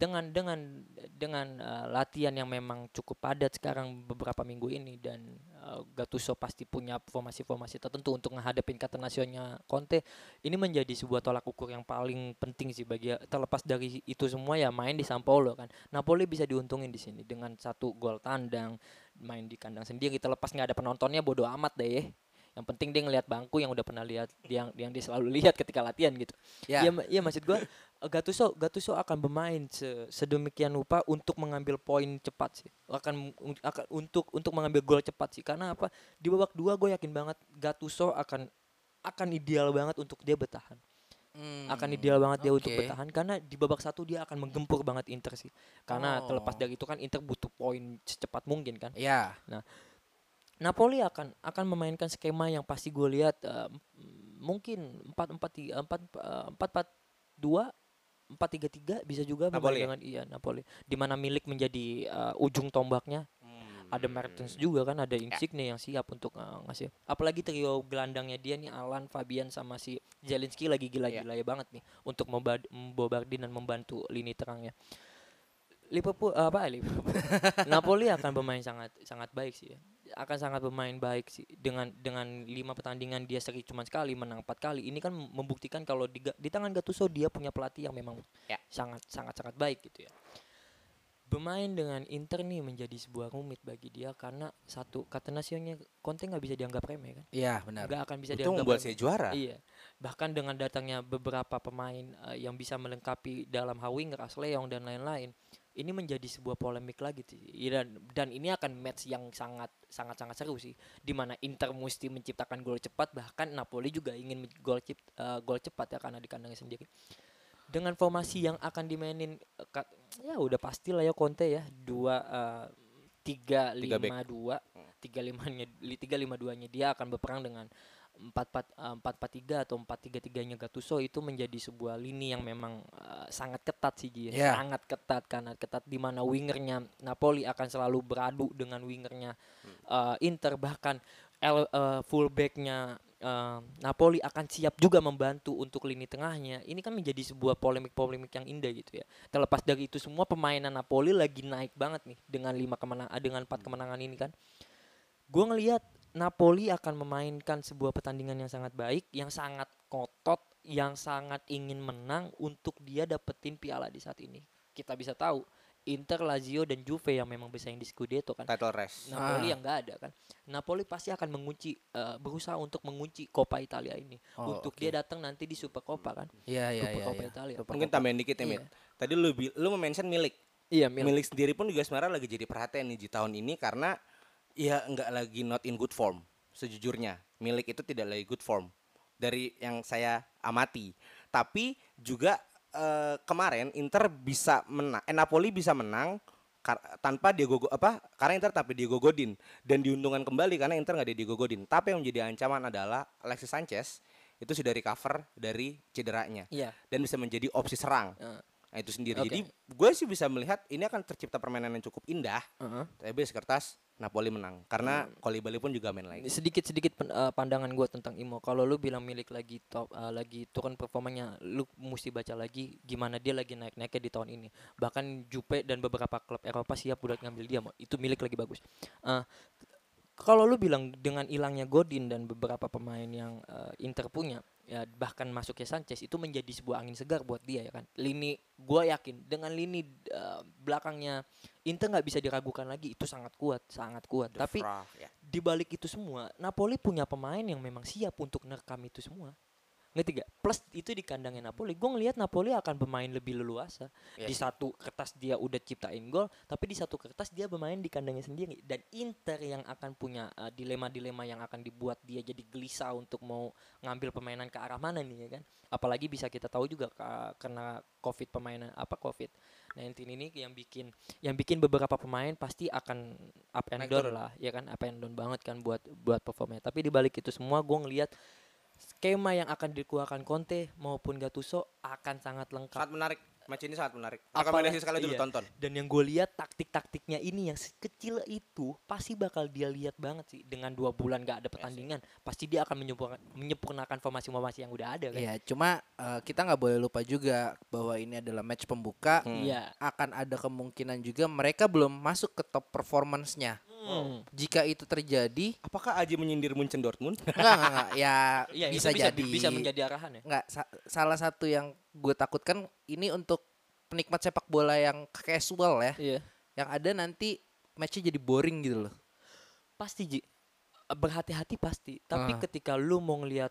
dengan latihan yang memang cukup padat sekarang beberapa minggu ini, dan Gattuso pasti punya formasi-formasi tertentu untuk menghadapin Catenaccionya Conte. Ini menjadi sebuah tolak ukur yang paling penting sih bagi, terlepas dari itu semua ya, main di San Paolo kan. Napoli bisa diuntungin di sini dengan 1 gol tandang, main di kandang sendiri, terlepas nggak ada penontonnya bodo amat deh ya. Yang penting dia ngelihat bangku yang udah pernah lihat, yang dia selalu lihat ketika latihan gitu. Ya. Iya, maksud gua Gattuso akan bermain sedemikian rupa untuk mengambil poin cepat sih. Akan untuk mengambil gol cepat sih. Karena apa? Di babak 2 gue yakin banget Gattuso akan ideal banget untuk dia bertahan. Akan ideal banget dia untuk oke. bertahan karena di babak satu dia akan menggempur banget Inter sih. Karena terlepas Oh. dari itu kan Inter butuh poin secepat mungkin kan. Ya. Napoli akan memainkan skema yang pasti gue lihat mungkin 4-4-2 4-3-3 bisa juga bermain Napoli ya? dengan Napoli di mana Milik menjadi ujung tombaknya. Ada Mertens juga kan, ada Insigne yang siap untuk ngasih. Apalagi trio gelandangnya dia nih Alan, Fabian sama si Zelinski lagi gila-gilanya banget nih untuk membombardir dan membantu lini terangnya. Liverpool Napoli akan bermain sangat sangat baik sih ya. Akan sangat bermain baik sih dengan 5 pertandingan dia seri cuma sekali menang 4 kali. Ini kan membuktikan kalau di tangan Gattuso dia punya pelatih yang memang sangat sangat baik gitu ya. Bermain dengan Inter nih menjadi sebuah rumit bagi dia karena satu Catenasionya Conte nggak bisa dianggap remeh kan. Iya, benar. Nggak akan bisa Itu dianggap membuat remeh. saya juara. Iya. Bahkan dengan datangnya beberapa pemain yang bisa melengkapi dalam Winger, Asleong dan lain-lain, ini menjadi sebuah polemik lagi sih. Dan ini akan match yang sangat seru sih, di mana Inter mesti menciptakan gol cepat, bahkan Napoli juga ingin gol cepat ya karena di kandangnya sendiri. Dengan formasi yang akan dimainin ya udah pastilah ya Conte ya 3-5-2 3-5-2-nya dia akan berperang dengan 4-4-3 atau 4-3-3-nya Gattuso. Itu menjadi sebuah lini yang memang sangat ketat sih Ji. Yeah. Sangat ketat di mana wingernya Napoli akan selalu beradu dengan wingernya Inter, bahkan fullbacknya Napoli akan siap juga membantu untuk lini tengahnya. Ini kan menjadi sebuah polemik yang indah gitu ya. Terlepas dari itu semua, permainan Napoli lagi naik banget nih dengan 4 kemenangan ini kan. Gue ngelihat Napoli akan memainkan sebuah pertandingan yang sangat baik, yang sangat kotot, yang sangat ingin menang untuk dia dapetin piala di saat ini. Kita bisa tahu Inter, Lazio dan Juve yang memang bersaing di Scudetto kan. Title race. Napoli yang nggak ada kan. Napoli pasti akan berusaha untuk mengunci Coppa Italia ini untuk dia datang nanti di Super Coppa kan. Iya. Super Coppa Italia. Mungkin tambahin dikit ya, Mit. Iya. Tadi lu mention Milik. Iya, Milik sendiri pun juga sebenarnya lagi jadi perhatian nih di tahun ini karena ya nggak lagi not in good form sejujurnya. Milik itu tidak lagi good form dari yang saya amati. Tapi juga kemarin Inter bisa menang, Napoli bisa menang tanpa karena Inter tapi Diego Godin dan diuntungkan kembali karena Inter nggak ada Diego Godin. Tapi yang menjadi ancaman adalah Alexis Sanchez itu sudah recover dari cederanya dan bisa menjadi opsi serang. Nah itu sendiri. Jadi gue sih bisa melihat ini akan tercipta permainan yang cukup indah. Tapi sekertas Napoli menang karena Koulibaly pun juga main lagi. Sedikit pandangan gue tentang Imo. Kalau lu bilang Milik lagi lagi turun performanya, lu mesti baca lagi gimana dia lagi naik-naiknya di tahun ini. Bahkan Juve dan beberapa klub Eropa siap buat ngambil dia. Itu Milik lagi bagus. Kalau lu bilang dengan hilangnya Godin dan beberapa pemain yang Inter punya, ya bahkan masuknya Sanchez itu menjadi sebuah angin segar buat dia ya kan. Lini, gue yakin dengan lini belakangnya Inter nggak bisa diragukan lagi, itu sangat kuat. Tapi di balik itu semua, Napoli punya pemain yang memang siap untuk nerekam itu semua. Ngerti gak? Plus itu di kandangnya Napoli, gue ngelihat Napoli akan bermain lebih leluasa. Di satu kertas dia udah ciptain gol, tapi di satu kertas dia bermain di kandangnya sendiri. Dan Inter yang akan punya dilema-dilema yang akan dibuat dia jadi gelisah untuk mau ngambil permainan ke arah mana nih ya kan. Apalagi bisa kita tahu juga karena COVID-19 ini yang bikin beberapa pemain pasti akan up and down lah, ya kan, up and down banget kan buat performanya. Tapi di balik itu semua gue ngelihat skema yang akan dikeluarkan Conte maupun Gattuso akan sangat lengkap. Sangat menarik. Match ini sangat menarik. Rekomendasi sekali dulu tonton. Dan yang gue lihat taktiknya ini yang sekecil itu pasti bakal dia lihat banget sih. Dengan 2 bulan gak ada pertandingan, pasti dia akan menyempurnakan formasi-formasi yang udah ada kan. Iya, cuma kita nggak boleh lupa juga bahwa ini adalah match pembuka. Iya. Akan ada kemungkinan juga mereka belum masuk ke top performance-nya. Jika itu terjadi, Apakah Aji menyindir Munchen Dortmund? enggak. Ya Iya, bisa itu jadi. bisa menjadi arahan ya. Enggak, salah satu yang gue takutkan ini untuk penikmat sepak bola yang casual ya. Iya. Yang ada nanti matchnya jadi boring gitu loh. Pasti Ji. Berhati-hati pasti. Tapi ketika lu mau ngelihat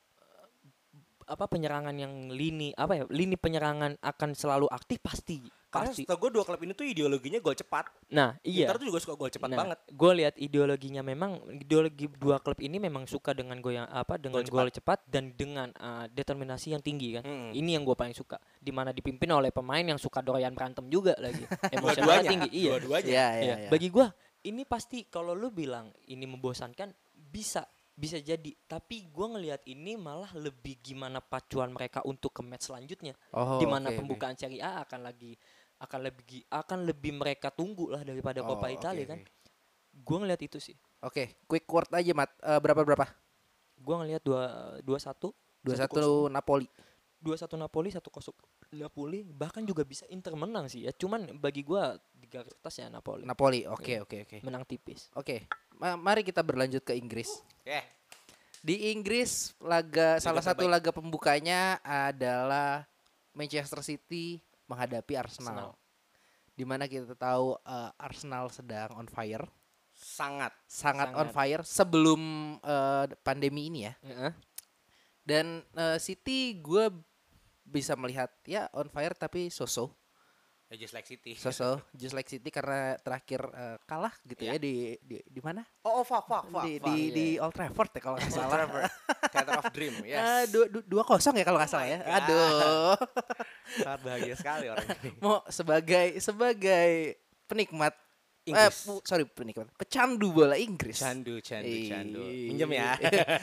penyerangan yang lini penyerangan akan selalu aktif pasti. Karena pasti. setahu gue dua klub ini tuh ideologinya gol cepat. Nah, iya. Inter tuh juga suka gol cepat Nah, banget. gue lihat ideologinya memang ideologi dua klub ini memang suka dengan dengan Gol gol cepat dan dengan determinasi yang tinggi kan. Mm-mm. Ini yang gue paling suka. Dimana dipimpin oleh pemain yang suka doyan berantem juga lagi. Emosionalnya Dua-duanya. tinggi. Iya. Dua-duanya. Iya, Iya. Bagi gue ini pasti kalau lu bilang ini membosankan bisa jadi. Tapi gue ngelihat ini malah lebih gimana pacuan mereka untuk ke match selanjutnya. Oh, Dimana oke, oke. pembukaan Serie A akan lebih mereka tunggu lah daripada Oh, Coppa oke, Italia kan. oke. Gue ngelihat itu sih. Oke, quick word aja Mat. Berapa? Gue ngelihat 2-1 2-1 Napoli. 2-1 Napoli, 1-0 Napoli, bahkan juga bisa Inter menang sih ya. Cuman bagi gue di garis atas ya Napoli. Napoli. Oke. Menang tipis. Oke. Mari kita berlanjut ke Inggris. Oke. Di Inggris salah satu laga pembukanya adalah Manchester City menghadapi Arsenal. Dimana kita tahu Arsenal sedang on fire, sangat on fire sebelum pandemi ini ya. Dan City gue bisa melihat ya on fire tapi so-so. Ya just like City. Just like City karena terakhir kalah gitu ya di mana? Oh, fuck. Di Old Trafford ya kalau nggak salah. Theater of Dream, yes. 2-0 ya kalau nggak salah ya. God. Aduh. Sangat bahagia sekali orang ini. Mau sebagai penikmat Inggris. penikmat pecandu bola Inggris. Candu. Ih. Minjem ya.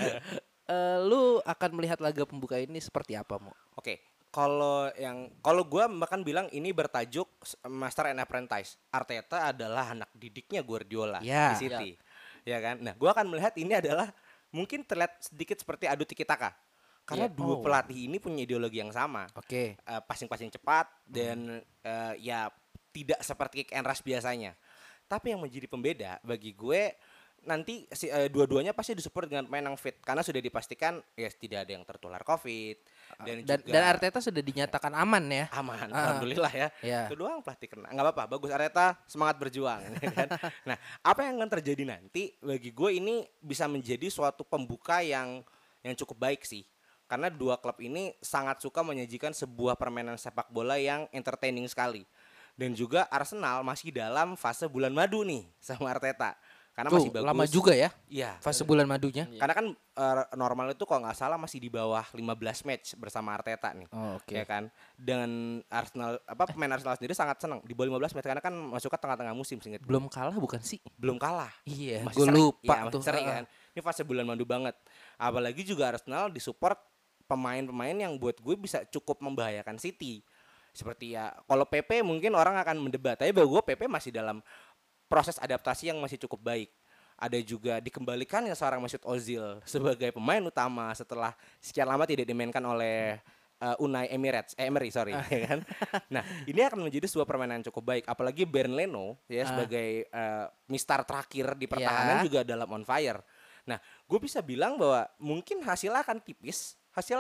Lu akan melihat laga pembuka ini seperti apa, Mo? Oke. Kalau gue bahkan bilang ini bertajuk Master and Apprentice. Arteta adalah anak didiknya Guardiola Ya. di City. Ya kan? Nah, gue akan melihat ini adalah mungkin terlihat sedikit seperti adu tiki taka. Karena dua pelatih ini punya ideologi yang sama. Oke. Passing cepat dan ya tidak seperti kick and rush biasanya. Tapi yang menjadi pembeda bagi gue nanti dua-duanya pasti disupport dengan pemain yang fit karena sudah dipastikan ya tidak ada yang tertular COVID Dan Arteta sudah dinyatakan aman ya. aman, alhamdulillah ya. Ya. Itu doang pelatih kena. Nggak apa-apa, bagus Arteta, semangat berjuang. Ya kan? Nah, apa yang akan terjadi nanti bagi gue ini bisa menjadi suatu pembuka yang cukup baik sih. Karena dua klub ini sangat suka menyajikan sebuah permainan sepak bola yang entertaining sekali. Dan juga Arsenal masih dalam fase bulan madu nih sama Arteta. Karena Tuh, masih bagus. lama juga ya Iya. fase bulan madunya. Karena kan normal itu kalau nggak salah masih di bawah 15 match bersama Arteta nih. Oh, oke. Ya kan? Dan Arsenal pemain Arsenal sendiri sangat senang di bawah 15 match karena kan masuk ke tengah-tengah musim seingat gue. Belum kalah bukan sih? Belum kalah. Iya, Masih gue sering. lupa Iya, masih tuh. sering kan. Ini fase bulan madu banget. Apalagi juga Arsenal disupport pemain-pemain yang buat gue bisa cukup membahayakan City. Seperti ya kalau PP mungkin orang akan mendebat, tapi bagi gue PP masih dalam proses adaptasi yang masih cukup baik. Ada juga dikembalikannya seorang Mesut Ozil sebagai pemain utama setelah sekian lama tidak dimainkan oleh Unai Emery, ya kan. Nah, ini akan menjadi sebuah permainan yang cukup baik. Apalagi Bernd Leno ya sebagai mistar terakhir di pertahanan juga dalam on fire. Nah, gue bisa bilang bahwa mungkin hasilnya akan tipis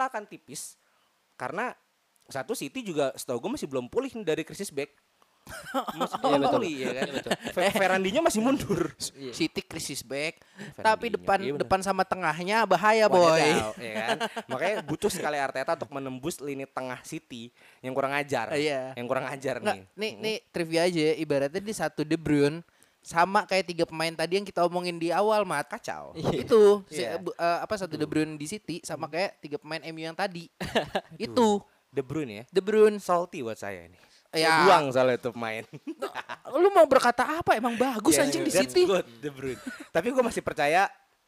karena satu City juga setahu gue masih belum pulih dari krisis back. Masih belum pulih ya kan. Ferrandinya masih mundur. City krisis back, Fernandinho, tapi iya benar. depan sama tengahnya bahaya boy. Wadaw, ya kan? Makanya butuh sekali Arteta untuk menembus lini tengah City yang kurang ajar. Iya. Yang kurang ajar Nggak, nih. nih trivia aja ya, ibaratnya di satu De Bruyne sama kayak tiga pemain tadi yang kita omongin di awal, Mat. Kacau. Itu Iya. satu De Bruyne di City sama kayak tiga pemain MU yang tadi. Itu De Bruyne ya. De Bruyne. Salty buat saya ini. Ya. Buang soalnya itu pemain. Lu mau berkata apa? Emang bagus Yeah, anjing di that's City. good, De Bruyne. Tapi gue masih percaya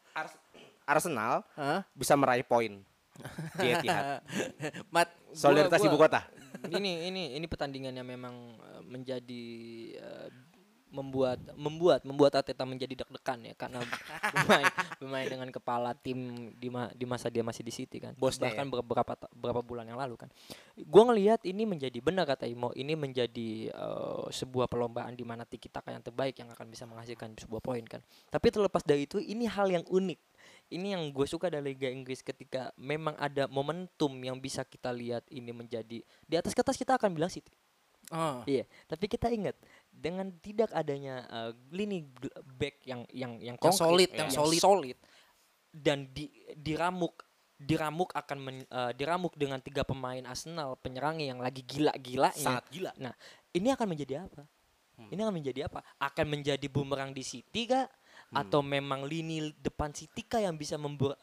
Arsenal Hah? bisa meraih poin di Etihad. Mat, Solidaritas ibu kota. Ini pertandingannya memang menjadi membuat Arteta menjadi deg-degan ya karena bermain dengan kepala tim di masa dia masih di City kan. Bosnya Bahkan beberapa bulan yang lalu kan. Gua ngelihat ini menjadi benar kata Imo, ini menjadi sebuah perlombaan di mana tiki taka yang terbaik yang akan bisa menghasilkan sebuah poin kan. Tapi terlepas dari itu ini hal yang unik. Ini yang gue suka dari Liga Inggris ketika memang ada momentum yang bisa kita lihat ini menjadi di atas kertas kita akan bilang City. Oh. Iya, tapi kita ingat dengan tidak adanya lini back yang solid, konkret, yang solid dan diramuk diramuk dengan tiga pemain Arsenal penyerangnya yang lagi gila-gilanya. Sangat gila. Nah, ini akan menjadi apa? Ini akan menjadi apa? Akan menjadi bumerang di City kah? Atau memang lini depan City kah yang bisa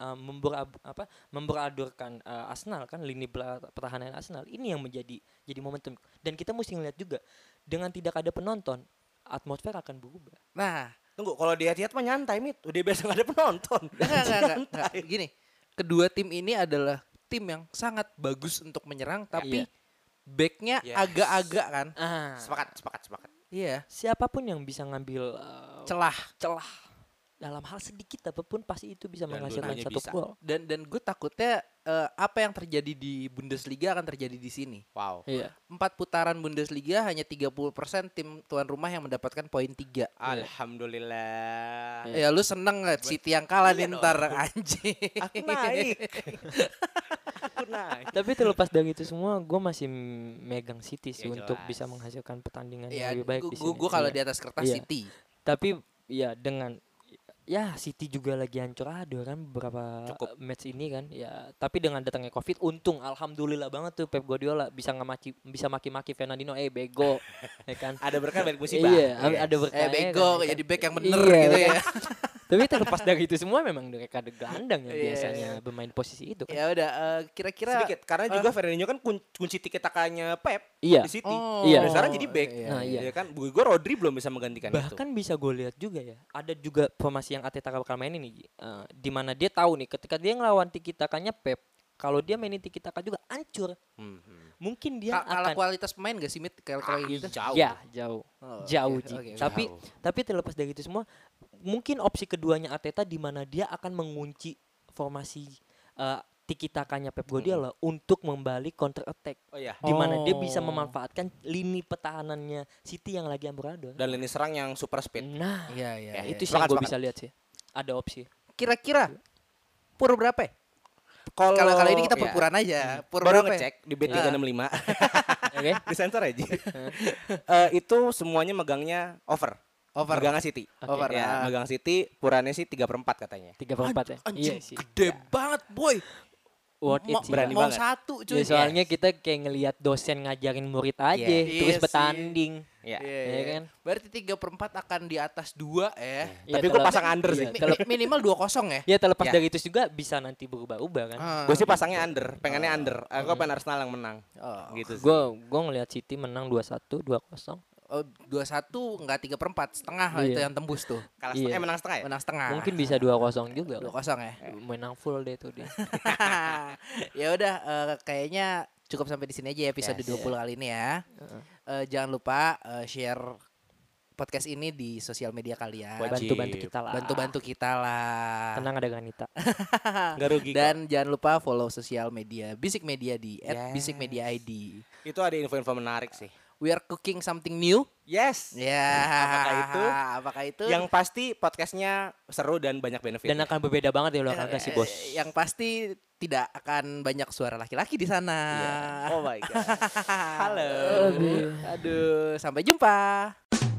memberadurkan Arsenal kan, lini pertahanan Arsenal ini yang jadi momentum. Dan kita mesti ngeliat juga dengan tidak ada penonton, atmosfer akan berubah. Nah, Tunggu, kalau di Etihad mah nyantai, Mit. Udah biasa gak ada penonton. enggak. Gini, kedua tim ini adalah tim yang sangat bagus untuk menyerang, tapi Iya. backnya Yes. agak-agak kan. Sepakat. Iya, Siapapun yang bisa ngambil celah. dalam hal sedikit apapun pasti itu bisa Dan menghasilkan dua-duanya satu bisa. gol. Dan gue takutnya apa yang terjadi di Bundesliga akan terjadi di sini. Wow. Iya. 4 putaran Bundesliga hanya 30% tim tuan rumah yang mendapatkan poin 3. Alhamdulillah. Ya lu seneng gak City yang kalah nih Iya ntar dong. anjing. Aku naik. Aku naik. Tapi terlepas dari itu semua, gue masih megang City sih Ya, untuk jelas. bisa menghasilkan pertandingan Ya, yang lebih baik di sini. gue kalau Iya. di atas kertas Iya. City. Tapi ya dengan City juga lagi hancur adul kan beberapa Cukup. match ini kan. Ya, tapi dengan datangnya Covid untung alhamdulillah banget tuh Pep Guardiola bisa maki-maki Fernandinho bego ya kan. Ada berkah balik musibah. Iya, ada berkahnya. Bego kan, jadi back yang bener Iya, gitu kan. ya. Tapi terlepas dari itu semua memang mereka ada gelandang yang Iya, biasanya bermain posisi itu kan. Ya udah kira-kira Sedikit karena juga Fernandinho kan kunci tiki-takanya Pep Iya. di City. Oh, Iya. Dan sekarang jadi back. iya, Nah, iya. Ya kan, gue Rodri belum bisa menggantikan itu. Bahkan bisa gue lihat juga ya, ada juga formasi yang Arteta bakal mainin nih, di mana dia tahu nih ketika dia ngelawan tiki takanya Pep, kalau dia mainin tiki taka juga hancur. Mungkin dia kalah akan kualitas pemain gak sih Mit kalau kayak gitu? Jauh. ya jauh, Oh, jauh oke, Ji. oke, oke. Tapi terlepas dari itu semua, mungkin opsi keduanya Arteta di mana dia akan mengunci formasi tiki takanya Pep Guardiola untuk membalik counter attack. Oh iya. Di mana dia Oh. bisa memanfaatkan lini pertahanannya City yang lagi amburadul. Dan lini serang yang super speed. Nah, Iya, iya. Ya, iya. itu sih yang Sepakat, gue sepakat. bisa lihat sih. Ada opsi. Kira-kira pur berapa ya? Kalau kali ini kita perpuraan aja. Pur Baru berapa ya? ngecek di Bet365. Oke. Disensor aja. Itu semuanya megangnya over. Over. Megangnya City. Over. Ya, megang City, purannya sih 3/4 katanya. 3/4 ya. Anjing Iya sih. gede banget boy. Worth it sih. berani mau banget. satu Ya, cuy. soalnya kita kayak ngelihat dosen ngajarin murid aja, Iya. terus Iya sih. bertanding. Ya. Iya, Iya iya. kan? Berarti 3/4 akan di atas 2 ya. Ya, Tapi gue pasang under sih. Minimal 2-0 ya. Ya terlepas Ya. dari itu juga bisa nanti berubah-ubah kan. Gue sih pasangnya under, pengennya under. Gue pengen Arsenal yang menang. Oh. Gitu sih. Gue ngelihat City menang 2-1, 2-0. Oh, 2-1 enggak 3/4, setengah lah Iya. itu yang tembus tuh. Kalah Iya. menang setengah ya? Menang setengah. Mungkin bisa 2-0 juga. 2-0 ya. Menang full deh tuh dia. Ya udah kayaknya cukup sampai di sini aja ya episode Yes. 20 kali ini ya. Jangan lupa share podcast ini di sosial media kalian. Wajib. Bantu-bantu kita lah. Bantu-bantu kita lah. Tenang ada Ganita. Nggak rugi kok. Dan jangan lupa follow sosial media Bisik Media di Yes. @bisikmediaid. Itu ada info-info menarik sih. We are cooking something new. Yes. Ya. Apakah itu? Apakah itu? Yang pasti podcastnya seru dan banyak benefit. Dan akan berbeda banget ya loh kagak sih bos. Yang pasti tidak akan banyak suara laki-laki di sana. Oh my god. Halo. Aduh, sampai jumpa.